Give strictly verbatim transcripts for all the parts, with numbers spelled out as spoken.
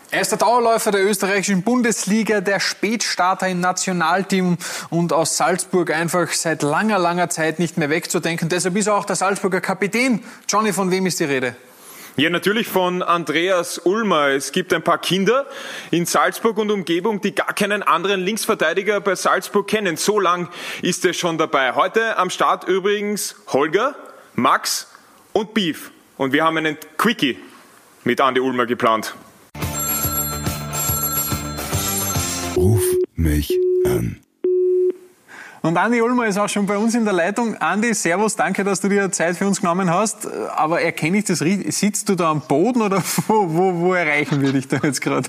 Er ist der Dauerläufer der österreichischen Bundesliga, der Spätstarter im Nationalteam und aus Salzburg einfach seit langer, langer Zeit nicht mehr wegzudenken. Deshalb ist er auch der Salzburger Kapitän. Johnny, von wem ist die Rede? Ja, natürlich von Andreas Ulmer. Es gibt ein paar Kinder in Salzburg und Umgebung, die gar keinen anderen Linksverteidiger bei Salzburg kennen. So lang ist er schon dabei. Heute am Start übrigens Holger, Max und Beef. Und wir haben einen Quickie mit Andi Ulmer geplant. Ruf mich an. Und Andi Ulmer ist auch schon bei uns in der Leitung. Andi, servus, danke, dass du dir Zeit für uns genommen hast. Aber erkenne ich das richtig? Sitzt du da am Boden oder wo, wo, wo erreichen wir dich da jetzt gerade?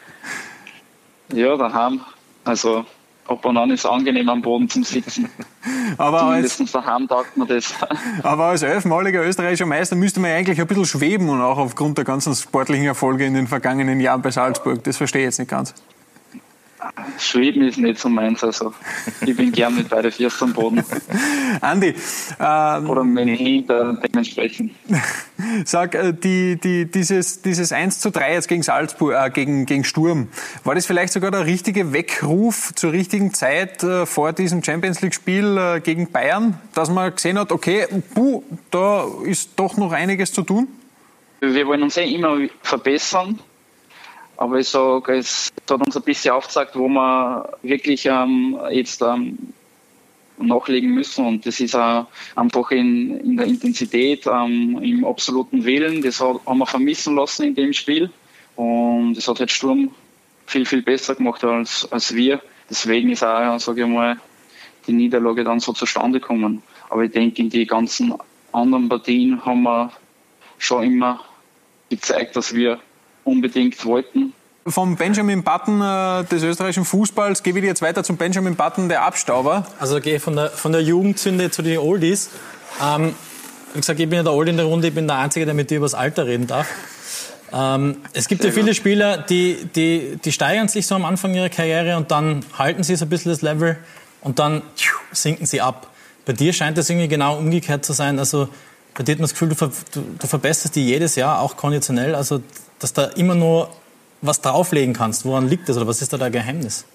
Ja, daheim. Also ab und an ist es angenehm, am Boden zu sitzen. Aber Zumindest als, daheim taugt mir das. aber als elfmaliger österreichischer Meister müsste man ja eigentlich ein bisschen schweben und auch aufgrund der ganzen sportlichen Erfolge in den vergangenen Jahren bei Salzburg. Das verstehe ich jetzt nicht ganz. Schweben ist nicht so meins, also ich bin gern mit beiden Füßen am Boden. Andi, ähm, oder meine Hände dementsprechend. Sag, die, die, dieses, dieses eins zu drei jetzt gegen Salzburg, äh, gegen, gegen Sturm, war das vielleicht sogar der richtige Weckruf zur richtigen Zeit äh, vor diesem Champions-League-Spiel äh, gegen Bayern, dass man gesehen hat, okay, puh, da ist doch noch einiges zu tun? Wir wollen uns eh immer verbessern. Aber ich sage, es hat uns ein bisschen aufgezeigt, wo wir wirklich ähm, jetzt ähm, nachlegen müssen. Und das ist auch einfach in, in der Intensität, ähm, im absoluten Willen. Das hat, haben wir vermissen lassen in dem Spiel. Und das hat jetzt Sturm viel, viel besser gemacht als, als wir. Deswegen ist auch, sage ich mal, die Niederlage dann so zustande gekommen. Aber ich denke, in die ganzen anderen Partien haben wir schon immer gezeigt, dass wir unbedingt wollten. Vom Benjamin Button äh, des österreichischen Fußballs gebe ich dir jetzt weiter zum Benjamin Button, der Abstauber. Also gehe von der, von der Jugendzünde zu den Oldies. Ähm, wie gesagt, ich bin ja der Oldie in der Runde, ich bin der Einzige, der mit dir über das Alter reden darf. Ähm, es gibt Sehr ja viele gut. Spieler, die, die, die steigern sich so am Anfang ihrer Karriere und dann halten sie so ein bisschen das Level und dann sinken sie ab. Bei dir scheint das irgendwie genau umgekehrt zu sein. Also bei dir hat man das Gefühl, du, ver, du, du verbesserst dich jedes Jahr, auch konditionell. Also dass da immer nur was drauflegen kannst. Woran liegt das oder was ist da dein Geheimnis?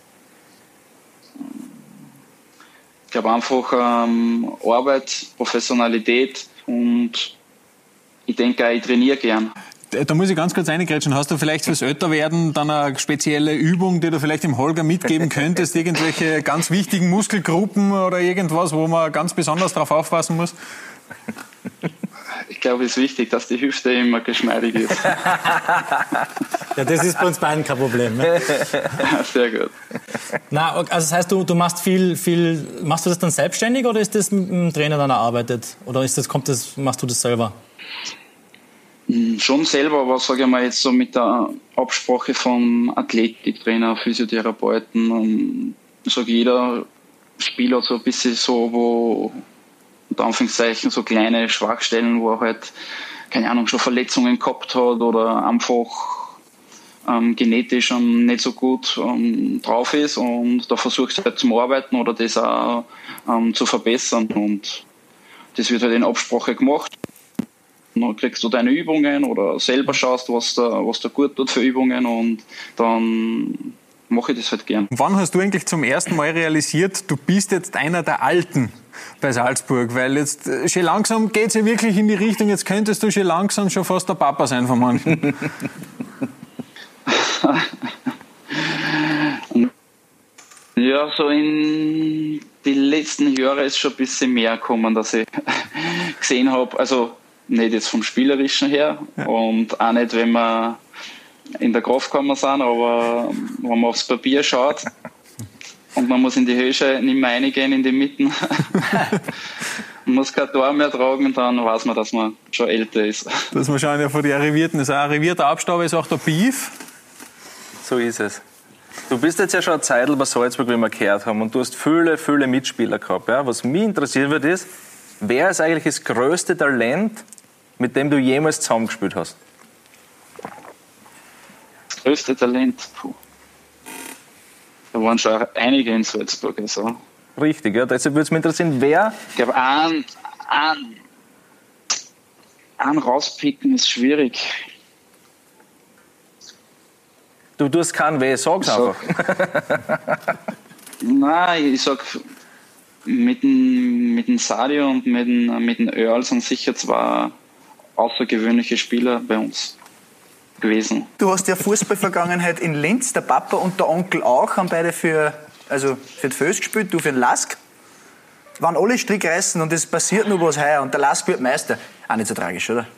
Ich glaube einfach ähm, Arbeit, Professionalität und ich denke auch, ich trainiere gern. Da muss ich ganz kurz reingrätschen. Hast du vielleicht fürs Älterwerden dann eine spezielle Übung, die du vielleicht dem Holger mitgeben könntest? Irgendwelche ganz wichtigen Muskelgruppen oder irgendwas, wo man ganz besonders drauf aufpassen muss? Ich glaube, es ist wichtig, dass die Hüfte immer geschmeidig ist. Ja, das ist bei uns beiden kein Problem. Ne? Sehr gut. Na, also das heißt, du, du machst viel, viel, machst du das dann selbstständig oder ist das mit dem Trainer dann erarbeitet? Oder ist das, kommt das, machst du das selber? Schon selber, aber sage ich mal jetzt so mit der Absprache von Athletiktrainer, Physiotherapeuten. Und ich sage, jeder Spieler hat so ein bisschen so, wo unter Anführungszeichen so kleine Schwachstellen, wo er halt, keine Ahnung, schon Verletzungen gehabt hat oder einfach ähm, genetisch ähm, nicht so gut ähm, drauf ist und da versucht halt zum Arbeiten oder das auch ähm, zu verbessern und das wird halt in Absprache gemacht. Und dann kriegst du deine Übungen oder selber schaust, was da, was da gut tut für Übungen und dann mache ich das halt gern. Wann hast du eigentlich zum ersten Mal realisiert, du bist jetzt einer der Alten bei Salzburg? Weil jetzt schon langsam geht es ja wirklich in die Richtung, jetzt könntest du schon langsam schon fast der Papa sein von manchen. Ja, so in die letzten Jahre ist schon ein bisschen mehr gekommen, dass ich gesehen habe, also nicht jetzt vom Spielerischen her ja. Und auch nicht, wenn man in der Kraftkammer sind, aber wenn man aufs Papier schaut und man muss in die Höhe nicht mehr reingehen, in die Mitten, man muss kein Tor mehr tragen, dann weiß man, dass man schon älter ist. Dass man schon ja von den Arrivierten ist. Ein arrivierter Abstauber ist auch der Beef. So ist es. Du bist jetzt ja schon eine Zeit bei Salzburg, wie wir gehört haben, und du hast viele, viele Mitspieler gehabt. Ja? Was mich interessiert wird, ist, wer ist eigentlich das größte Talent, mit dem du jemals zusammengespielt hast? Das größte Talent? Puh. Da waren schon einige in Salzburg. Also. Richtig, ja. Deshalb würde es mich interessieren, wer... Ich glaube, einen, einen, einen rauspicken ist schwierig. Du tust keinen weh, sag's Ich einfach. Nein, ich sag, mit dem, mit dem Sadio und mit dem, mit dem Öal sind sicher zwei außergewöhnliche Spieler bei uns gewesen. Du hast ja Fußballvergangenheit in Linz, der Papa und der Onkel auch, haben beide für, also für die Föß gespielt, du für den Lask. Waren alle Strickreißen und es passiert nur was heuer und der Lask wird Meister. Auch nicht so tragisch, oder?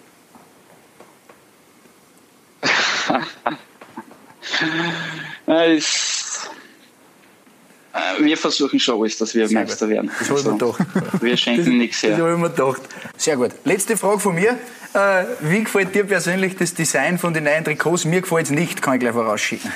Ja, ist, äh, wir versuchen schon alles, dass wir Sehr Meister gut. werden. Das habe ich mir gedacht. Wir schenken nichts Das her. habe ich mir gedacht. Sehr gut. Letzte Frage von mir. Äh, wie gefällt dir persönlich das Design von den neuen Trikots? Mir gefällt es nicht, kann ich gleich vorausschicken.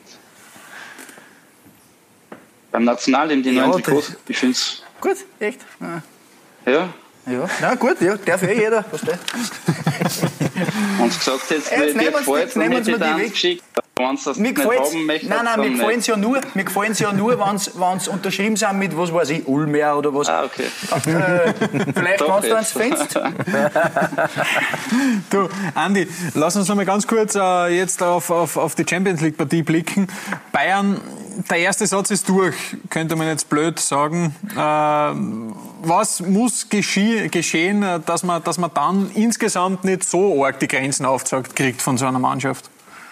Beim Nationalteam, die Ja, neuen das- Trikots, ich finde es, Gut, echt? Ja. ja, Ja, na gut, ja, darf eh jeder. Verstehe. wenn es gesagt hättest, Jetzt mir nehmen dir wir's- gefällt, jetzt dann nehmen hätte ich wir's mir die dir weg. eins geschickt. Wenn du das Mir nicht gefällt's, haben möchtest, nein, nein, dann mir nicht. gefallen sie ja nur, mir gefallen sie ja nur, wenn sie unterschrieben sind mit, was weiß ich, Ulmer oder was. Ah, okay. Äh, vielleicht Doch, kannst du ans jetzt. Fenster. Du, Andi, lass uns noch mal ganz kurz äh, jetzt auf, auf, auf die Champions League Partie blicken. Bayern, der erste Satz ist durch, könnte man jetzt blöd sagen. Äh, was muss geschehen, geschehen dass, man, dass man dann insgesamt nicht so arg die Grenzen aufgezeigt kriegt von so einer Mannschaft?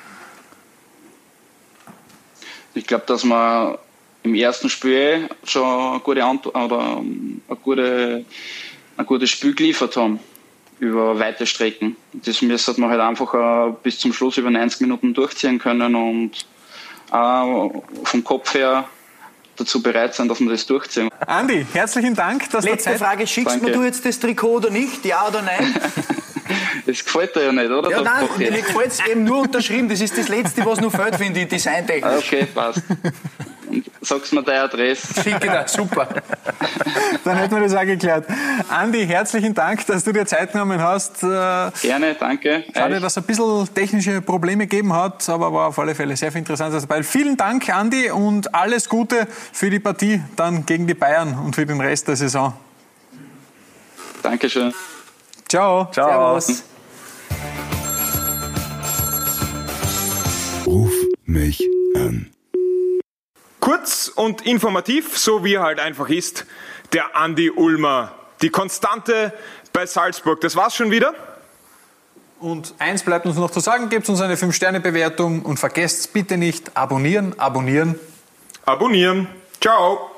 Ich glaube, dass wir im ersten Spiel schon eine gute Ant oder ein, gute, ein gutes Spiel geliefert haben über weite Strecken. Das müsste man halt einfach äh, bis zum Schluss über neunzig Minuten durchziehen können und äh, vom Kopf her dazu bereit sein, dass wir das durchziehen. Andi, herzlichen Dank, dass du Letzte Zeit... Frage, schickst Danke. mir du jetzt das Trikot oder nicht? Ja oder nein? Das gefällt dir ja nicht, oder? Ja, Der nein, Pocket? mir gefällt es eben nur unterschrieben. Das ist das Letzte, was noch fehlt, finde ich, designtechnisch. Ah, okay, passt. Und sagst mir deine Adresse. Schicke da, super. Dann hätten wir das auch geklärt. Andi, herzlichen Dank, dass du dir Zeit genommen hast. Äh, Gerne, danke. Schade, Euch. dass es ein bisschen technische Probleme gegeben hat, aber war auf alle Fälle sehr viel Interessantes dabei. Vielen Dank, Andi, und alles Gute für die Partie dann gegen die Bayern und für den Rest der Saison. Dankeschön. Ciao. Ciao. Servus. Ruf mich an. Kurz und informativ, so wie er halt einfach ist, der Andi Ulmer. Die Konstante bei Salzburg. Das war's schon wieder. Und eins bleibt uns noch zu sagen, gebt uns eine fünf Sterne Bewertung und vergesst bitte nicht abonnieren, abonnieren. Abonnieren. Ciao.